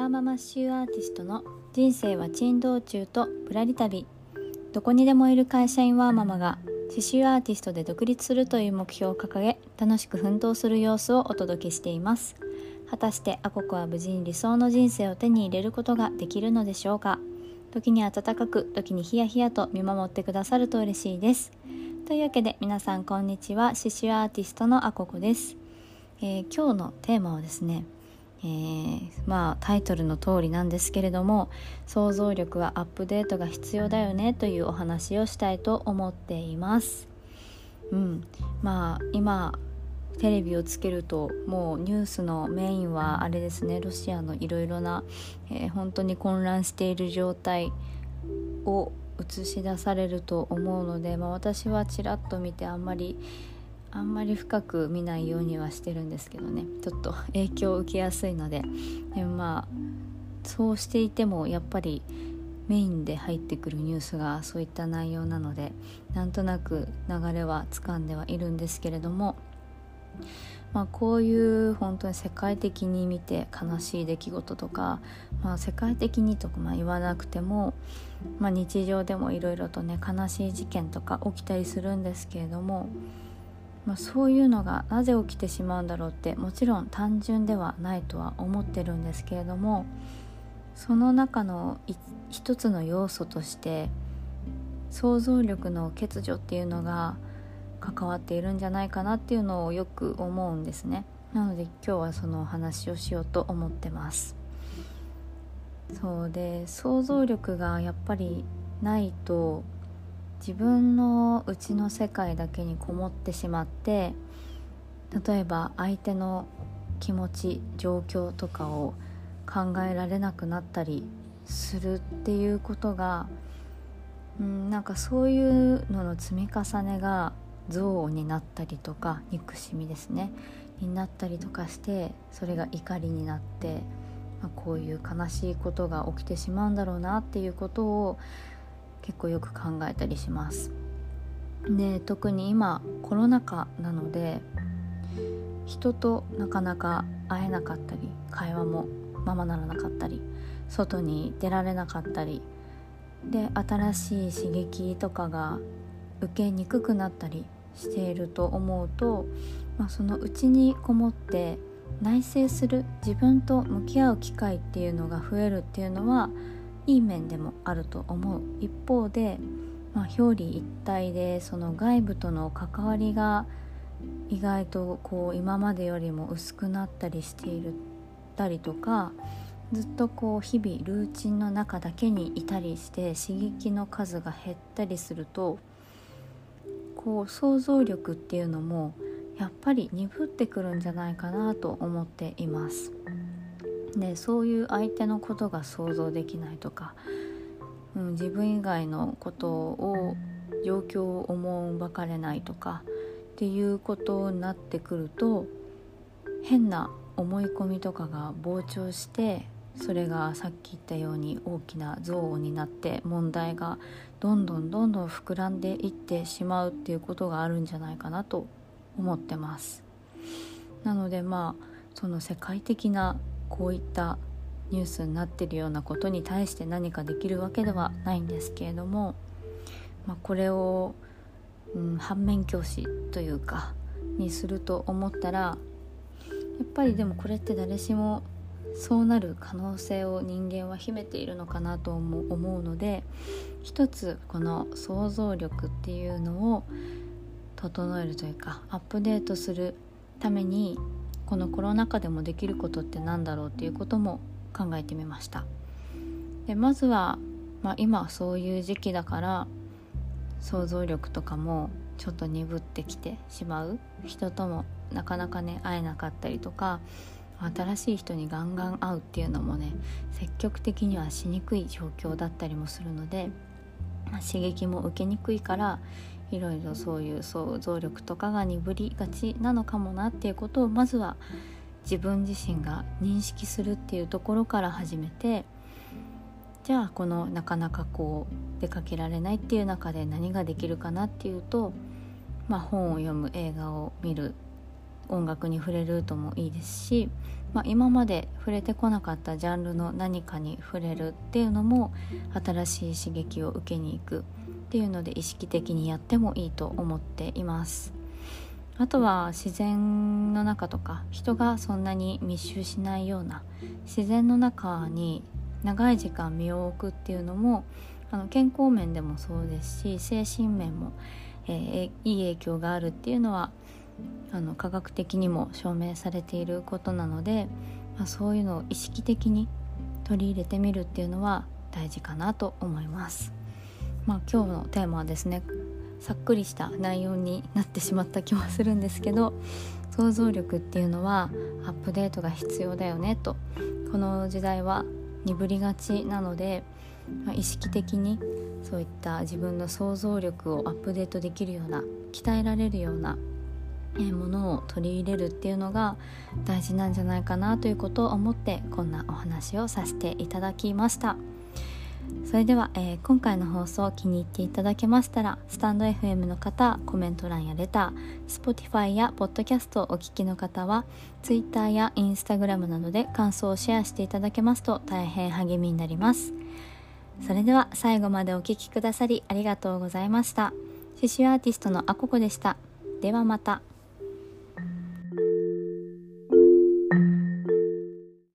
ワーママ刺繍アーティストの人生は珍道中とぶらり旅。どこにでもいる会社員ワーママが刺繍アーティストで独立するという目標を掲げ、楽しく奮闘する様子をお届けしています。果たしてアココは無事に理想の人生を手に入れることができるのでしょうか。時に温かく、時にヒヤヒヤと見守ってくださると嬉しいです。というわけで皆さんこんにちは。刺繍アーティストのアココです。今日のテーマはですね、タイトルの通りなんですけれども、想像力はアップデートが必要だよねというお話をしたいと思っています。今テレビをつけるともうニュースのメインはあれですね、ロシアのいろいろな、本当に混乱している状態を映し出されると思うので、私はちらっと見てあんまり深く見ないようにはしてるんですけどね、ちょっと影響を受けやすいので。そうしていてもやっぱりメインで入ってくるニュースがそういった内容なので、なんとなく流れは掴んではいるんですけれども、こういう本当に世界的に見て悲しい出来事とか、世界的にとか言わなくても、日常でもいろいろとね、悲しい事件とか起きたりするんですけれども、そういうのがなぜ起きてしまうんだろうって、もちろん単純ではないとは思ってるんですけれども、その中の一つの要素として想像力の欠如っていうのが関わっているんじゃないかなっていうのをよく思うんですね。なので今日はそのお話をしようと思ってます。そうで、想像力がやっぱりないと自分の内の世界だけにこもってしまって、例えば相手の気持ち、状況とかを考えられなくなったりするっていうことが、そういうのの積み重ねが憎悪になったりとか、憎しみですねになったりとかして、それが怒りになって、こういう悲しいことが起きてしまうんだろうなっていうことを結構よく考えたりします。で、特に今コロナ禍なので、人となかなか会えなかったり、会話もままならなかったり、外に出られなかったりで、新しい刺激とかが受けにくくなったりしていると思うと、その内にこもって内省する、自分と向き合う機会っていうのが増えるっていうのはいい面でもあると思う一方で、表裏一体でその外部との関わりが意外と今までよりも薄くなったりしているたりとか、ずっと日々ルーチンの中だけにいたりして刺激の数が減ったりすると、想像力っていうのもやっぱり鈍ってくるんじゃないかなと思っています。で、そういう相手のことが想像できないとか、自分以外のことを状況を思うばかれないとかっていうことになってくると、変な思い込みとかが膨張して、それがさっき言ったように大きな憎悪になって、問題がどんどん膨らんでいってしまうっていうことがあるんじゃないかなと思ってます。なのでその世界的なこういったニュースになっているようなことに対して何かできるわけではないんですけれども、これを、反面教師というかにすると思ったら、やっぱりでもこれって誰しもそうなる可能性を人間は秘めているのかなと思うので、一つこの想像力っていうのを整えるというかアップデートするために、このコロナ禍でもできることってなんだろうっていうことも考えてみました。で、まずは、今そういう時期だから想像力とかもちょっと鈍ってきてしまう、人ともなかなかね会えなかったりとか、新しい人にガンガン会うっていうのもね、積極的にはしにくい状況だったりもするので、刺激も受けにくいから、いろいろそういう想像力とかが鈍りがちなのかもなっていうことを、まずは自分自身が認識するっていうところから始めて、じゃあこのなかなか出かけられないっていう中で何ができるかなっていうと、本を読む、映画を見る、 音楽に触れるともいいですし、今まで触れてこなかったジャンルの何かに触れるっていうのも新しい刺激を受けに行くっていうので意識的にやってもいいと思っています。あとは自然の中とか人がそんなに密集しないような自然の中に長い時間身を置くっていうのも健康面でもそうですし精神面も、いい影響があるっていうのは科学的にも証明されていることなので、そういうのを意識的に取り入れてみるっていうのは大事かなと思います。今日のテーマはですね、さっくりした内容になってしまった気はするんですけど、想像力っていうのはアップデートが必要だよねと。この時代は鈍りがちなので、意識的にそういった自分の想像力をアップデートできるような鍛えられるようなものを取り入れるっていうのが大事なんじゃないかなということを思ってこんなお話をさせていただきました。それでは、今回の放送を気に入っていただけましたらスタンド FM の方、コメント欄やレター、 Spotify やポッドキャストをお聞きの方は Twitter や Instagram などで感想をシェアしていただけますと大変励みになります。それでは最後までお聞きくださりありがとうございました。刺繍アーティストのあここでした。ではまた。